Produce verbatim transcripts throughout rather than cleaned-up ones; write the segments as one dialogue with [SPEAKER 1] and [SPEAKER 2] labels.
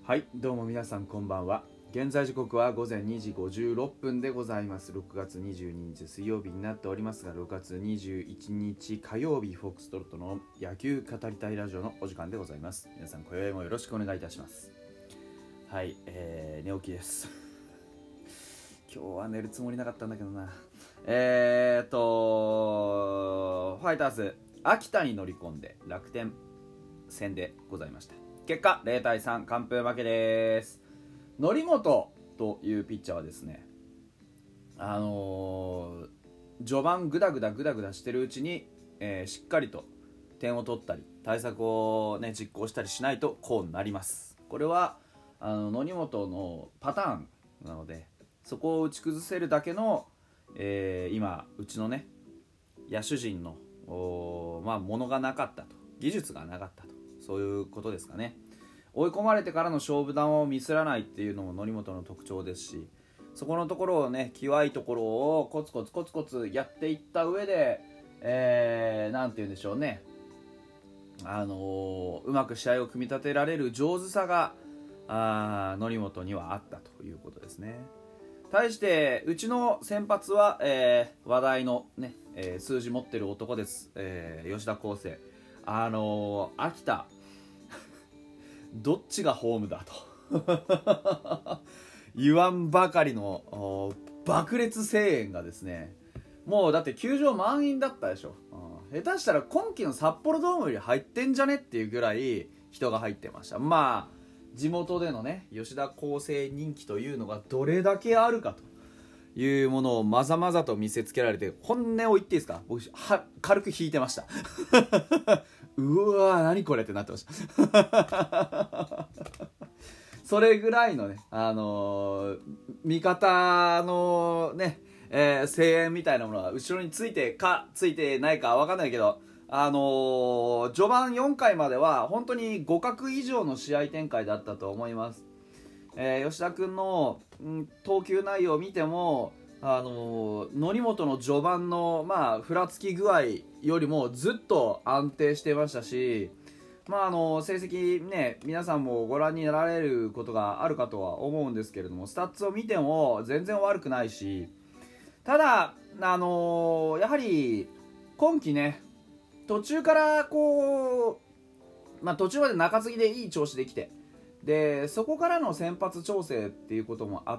[SPEAKER 1] はい、どうも皆さんこんばんは。現在時刻は午前にじごじゅうろっぷんでございます。ろくがつにじゅうににち水曜日になっておりますが、ろくがつにじゅういちにち火曜日、フォックストロットの野球語りたいラジオのお時間でございます。皆さん今宵もよろしくお願いいたします。はい、えー、寝起きです今日は寝るつもりなかったんだけどな。えーっとファイターズ秋田に乗り込んで楽天戦でございました。結果ゼロたいさん完封負けです。則本というピッチャーはですね、あのー、序盤グダグダグダグダしてるうちに、えー、しっかりと点を取ったり対策を、ね、実行したりしないとこうなります。これはあの則本のパターンなので、そこを打ち崩せるだけの、えー、今うちのね野手陣のまあものがなかったと、技術がなかったと、そういうことですかね。追い込まれてからの勝負球をミスらないっていうのも則本の特徴ですし、そこのところをね、際いところをコツコツコツコツやっていった上で、えー、なんて言うんでしょうね、あのー、うまく試合を組み立てられる上手さがあ則本にはあったということですね。対してうちの先発は、えー、話題の、ねえー、数字持ってる男です、えー、吉田康生。あのー、秋田どっちがホームだと言わんばかりの爆裂声援がですね、もうだって球場満員だったでしょ。下手したら今季の札幌ドームより入ってんじゃねっていうぐらい人が入ってました。まあ地元でのね吉田康生人気というのがどれだけあるかというものをまざまざと見せつけられて、本音を言っていいですか、僕は軽く引いてましたうわー何これってなってましたそれぐらいのね、あのー、味方のね、えー、声援みたいなものが後ろについてかついてないか分かんないけど、あのー、序盤よんかいまでは本当に互角以上の試合展開だったと思います。えー、吉田君の、うん、投球内容を見ても、あのー、則本の序盤の、まあ、ふらつき具合よりもずっと安定してましたし、まあ、あの成績ね皆さんもご覧になられることがあるかとは思うんですけれども、スタッツを見ても全然悪くないし、ただ、あのー、やはり今季ね途中からこう、まあ、途中まで中継ぎでいい調子できて、でそこからの先発調整っていうこともあって、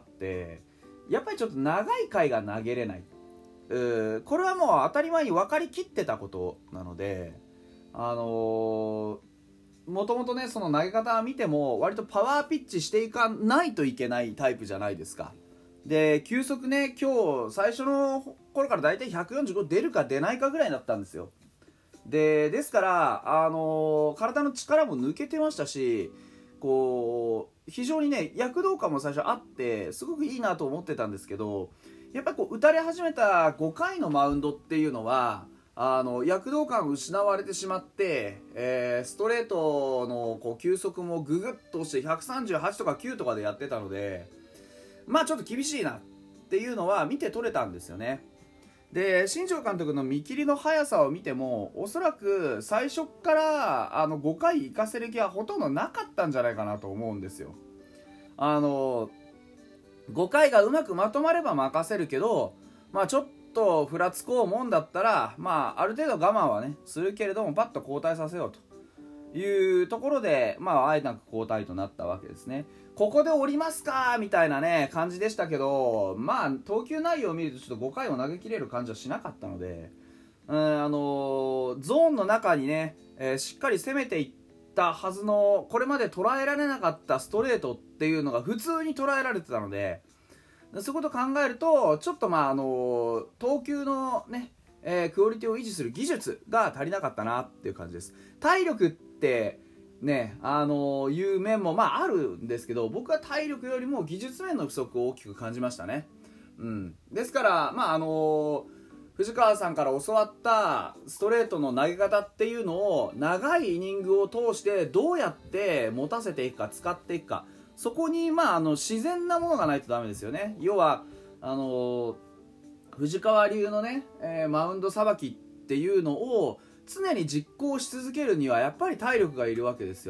[SPEAKER 1] やっぱりちょっと長い回が投げれない、うこれはもう当たり前に分かりきってたことなので、あのー、もともとねその投げ方を見ても割とパワーピッチしていかないといけないタイプじゃないですか。で球速ね今日最初の頃からだいたいひゃくよんじゅうご出るか出ないかぐらいだったんですよ。でですからあのー、体の力も抜けてましたし、こう非常にね躍動感も最初あってすごくいいなと思ってたんですけど、やっぱりこう打たれ始めたごかいのマウンドっていうのはあの躍動感を失われてしまって、えー、ストレートのこう球速もググッとしてひゃくさんじゅうはちとかきゅうとかでやってたので、まあちょっと厳しいなっていうのは見て取れたんですよね。で新庄監督の見切りの速さを見てもおそらく最初からあのごかい行かせる気はほとんどなかったんじゃないかなと思うんですよ。あのごかいがうまくまとまれば任せるけど、まあちょっとふらつこうもんだったら、まあある程度我慢はねするけれどもパッと交代させようというところで、まああえなく交代となったわけですね。ここで降りますかみたいなね感じでしたけど、まあ投球内容を見るとちょっとごかいを投げ切れる感じはしなかったので、うん、あのー、ゾーンの中にね、えー、しっかり攻めていったはずのこれまで捉えられなかったストレートっていうのが普通に捉えられてたので、そういうことを考えるとちょっとまああのー、投球のね、えー、クオリティを維持する技術が足りなかったなっていう感じです。体力ってね、あのー、いう面もまああるんですけど、僕は体力よりも技術面の不足を大きく感じましたね。うん、ですからまああのー、藤川さんから教わったストレートの投げ方っていうのを長いイニングを通してどうやって持たせていくか使っていくか、そこにまああの自然なものがないとダメですよね。要はあのー、藤川流のね、えー、マウンドさばきっていうのを常に実行し続けるにはやっぱり体力がいるわけですよ。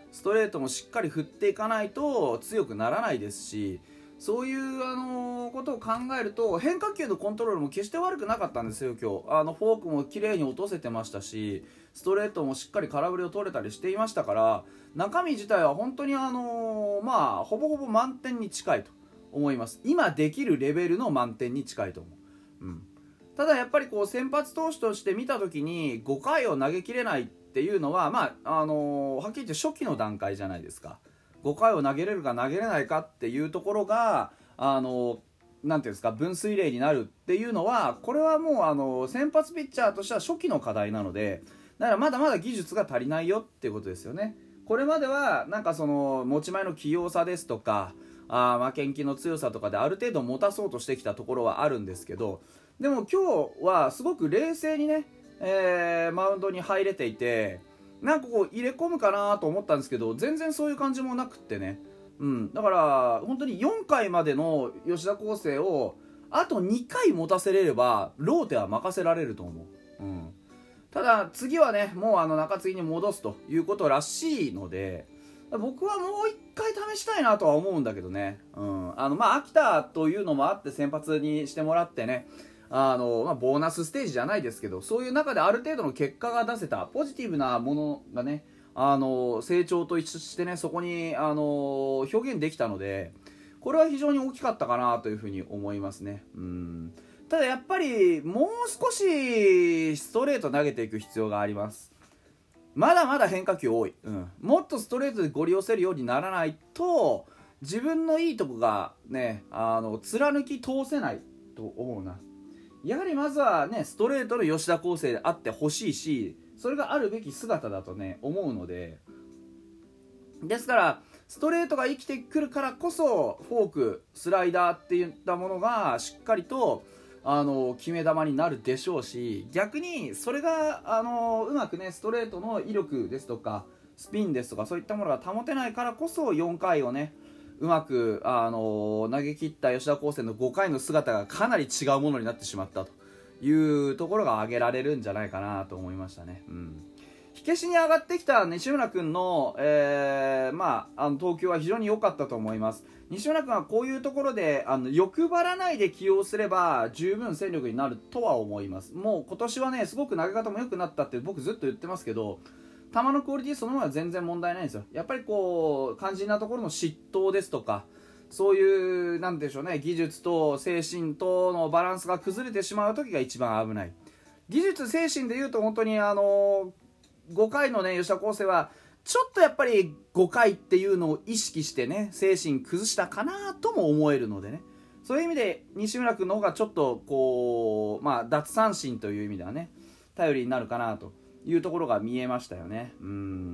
[SPEAKER 1] ストレートもしっかり振っていかないと強くならないですし、そういう、あのー、ことを考えると変化球のコントロールも決して悪くなかったんですよ。今日あのフォークも綺麗に落とせてましたし、ストレートもしっかり空振りを取れたりしていましたから、中身自体は本当に、あのー、まあほぼほぼ満点に近いと思います。今できるレベルの満点に近いと思う、うん、ただやっぱりこう先発投手として見た時にごかいを投げきれないっていうのは、まああのー、はっきり言って初期の段階じゃないですか。ごかいを投げれるか投げれないかっていうところが、あのなんていうんですか、分水嶺になるっていうのは、これはもうあの先発ピッチャーとしては初期の課題なので、だからまだまだ技術が足りないよっていうことですよね。これまではなんかその持ち前の器用さですとか、あ負けん気の強さとかである程度持たそうとしてきたところはあるんですけど、でも今日はすごく冷静にね、えー、マウンドに入れていて、なんかこう入れ込むかなと思ったんですけど、全然そういう感じもなくってね、うん、だから本当によんかいまでの吉田輝星をあとにかい持たせれればローテは任せられると思う、うん、ただ次はね、もうあの中継ぎに戻すということらしいので、僕はもういっかい試したいなとは思うんだけどね、うん、あのまあ秋田というのもあって先発にしてもらってね、あのまあ、ボーナスステージじゃないですけど、そういう中である程度の結果が出せたポジティブなものがね、あの成長と一緒してね、そこにあの表現できたので、これは非常に大きかったかなというふうに思いますね。うん、ただやっぱりもう少しストレート投げていく必要があります。まだまだ変化球多い、うん、もっとストレートでゴリ寄せるようにならないと自分のいいとこがね、あの貫き通せないと思うな。やはりまずはね、ストレートの吉田輝星であってほしいし、それがあるべき姿だとね思うので、ですからストレートが生きてくるからこそフォーク、スライダーっていったものがしっかりとあの決め球になるでしょうし、逆にそれがあのうまくねストレートの威力ですとかスピンですとかそういったものが保てないからこそよんかいをねうまくあの投げ切った吉田輝星のごかいの姿がかなり違うものになってしまったというところが挙げられるんじゃないかなと思いましたね。うん、火消しに上がってきた西村君の、えーまあ、あの投球は非常に良かったと思います。西村君はこういうところであの欲張らないで起用すれば十分戦力になるとは思います。もう今年はねすごく投げ方も良くなったって僕ずっと言ってますけど、球のクオリティそのものは全然問題ないんですよ。やっぱりこう肝心なところの失投ですとか、そういうなんでしょうね、技術と精神とのバランスが崩れてしまう時が一番危ない。技術精神でいうと本当にあのごかいのね吉田輝星はちょっとやっぱりごかいっていうのを意識してね精神崩したかなとも思えるのでね、そういう意味で西村君の方がちょっとこうまあ奪三振という意味ではね頼りになるかなというところが見えましたよね。うん、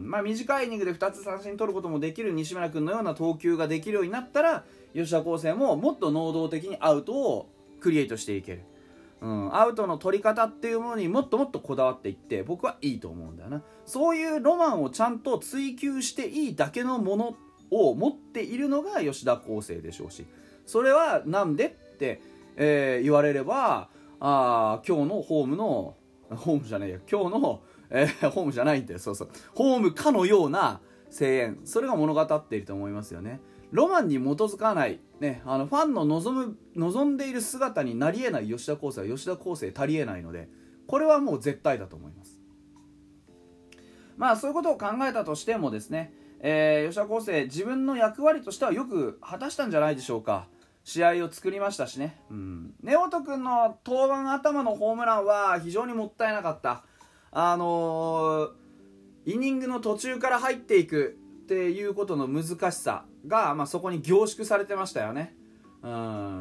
[SPEAKER 1] まあ短いイニングでふたつ三振取ることもできる西村君のような投球ができるようになったら、吉田輝星ももっと能動的にアウトをクリエイトしていける、うん、アウトの取り方っていうものにもっともっとこだわっていって僕はいいと思うんだよな。そういうロマンをちゃんと追求していいだけのものを持っているのが吉田輝星でしょうし、それはなんでって、えー、言われれば、あ今日のホームのホームじゃないや今日のえー、ホームじゃないんだよ、そうそう、ホームかのような声援、それが物語っていると思いますよね。ロマンに基づかない、ね、あのファンの望む望んでいる姿になり得ない吉田輝星は吉田輝星足り得ないので、これはもう絶対だと思います。まあそういうことを考えたとしてもですね、えー、吉田輝星自分の役割としてはよく果たしたんじゃないでしょうか。試合を作りましたしね、うん、根本君の登板頭のホームランは非常にもったいなかった。あのー、イニングの途中から入っていくっていうことの難しさが、まあ、そこに凝縮されてましたよね。うん、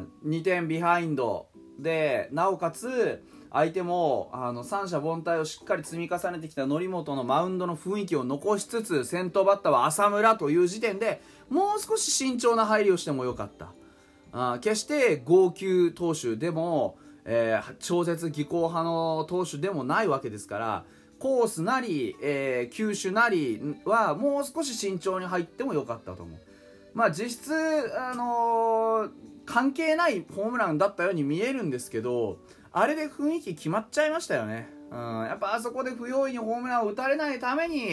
[SPEAKER 1] にてんビハインドでなおかつ相手もあの三者凡退をしっかり積み重ねてきた則本のマウンドの雰囲気を残しつつ、先頭バッターは浅村という時点でもう少し慎重な入りをしてもよかった。あ決して号泣投手でもえー、超絶技巧派の投手でもないわけですから、コースなり、えー、球種なりはもう少し慎重に入ってもよかったと思う。まあ実質、あのー、関係ないホームランだったように見えるんですけど、あれで雰囲気決まっちゃいましたよね。うん、やっぱあそこで不用意にホームランを打たれないために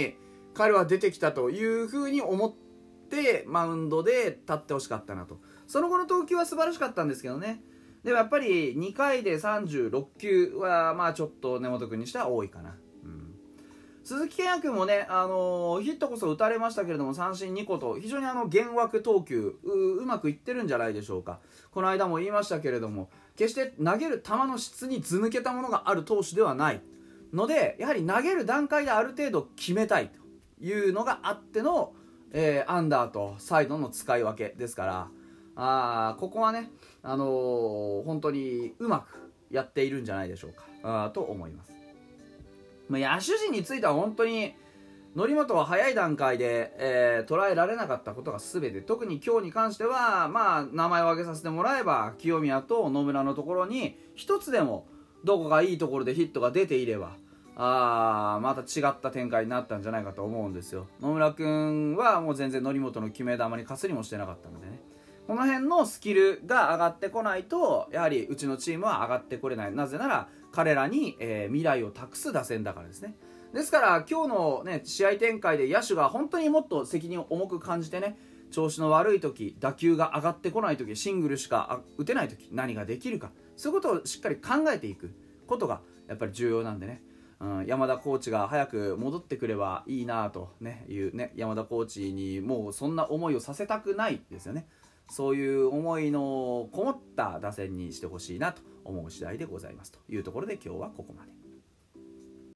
[SPEAKER 1] 彼は出てきたというふうに思ってマウンドで立ってほしかったなと。その後の投球は素晴らしかったんですけどね。でもやっぱりにかいでさんじゅうろっきゅうはまあちょっと根本君にしては多いかな。うん、鈴木健也君もね、あのー、ヒットこそ打たれましたけれども三振にこと非常にあの幻惑投球 う, うまくいってるんじゃないでしょうか。この間も言いましたけれども、決して投げる球の質に図抜けたものがある投手ではないので、やはり投げる段階である程度決めたいというのがあっての、えー、アンダーとサイドの使い分けですから、あここはね、あのー、本当にうまくやっているんじゃないでしょうかあと思います。まあ、野手陣については本当に則本は早い段階で、えー、捉えられなかったことが全て、特に今日に関しては、まあ、名前を挙げさせてもらえば清宮と野村のところに一つでもどこかいいところでヒットが出ていれば、あまた違った展開になったんじゃないかと思うんですよ。野村君はもう全然則本の決め球にかすりもしてなかったのでね、この辺のスキルが上がってこないとやはりうちのチームは上がってこれない。なぜなら彼らに、えー、未来を託す打線だからですね。ですから今日の、ね、試合展開で野手が本当にもっと責任を重く感じてね、調子の悪い時、打球が上がってこない時、シングルしか打てない時何ができるか、そういうことをしっかり考えていくことがやっぱり重要なんでね、うん、山田コーチが早く戻ってくればいいなと、ね、いうね、山田コーチにもうそんな思いをさせたくないですよね。そういう思いのこもった打線にしてほしいなと思う次第でございますというところで、今日はここまで。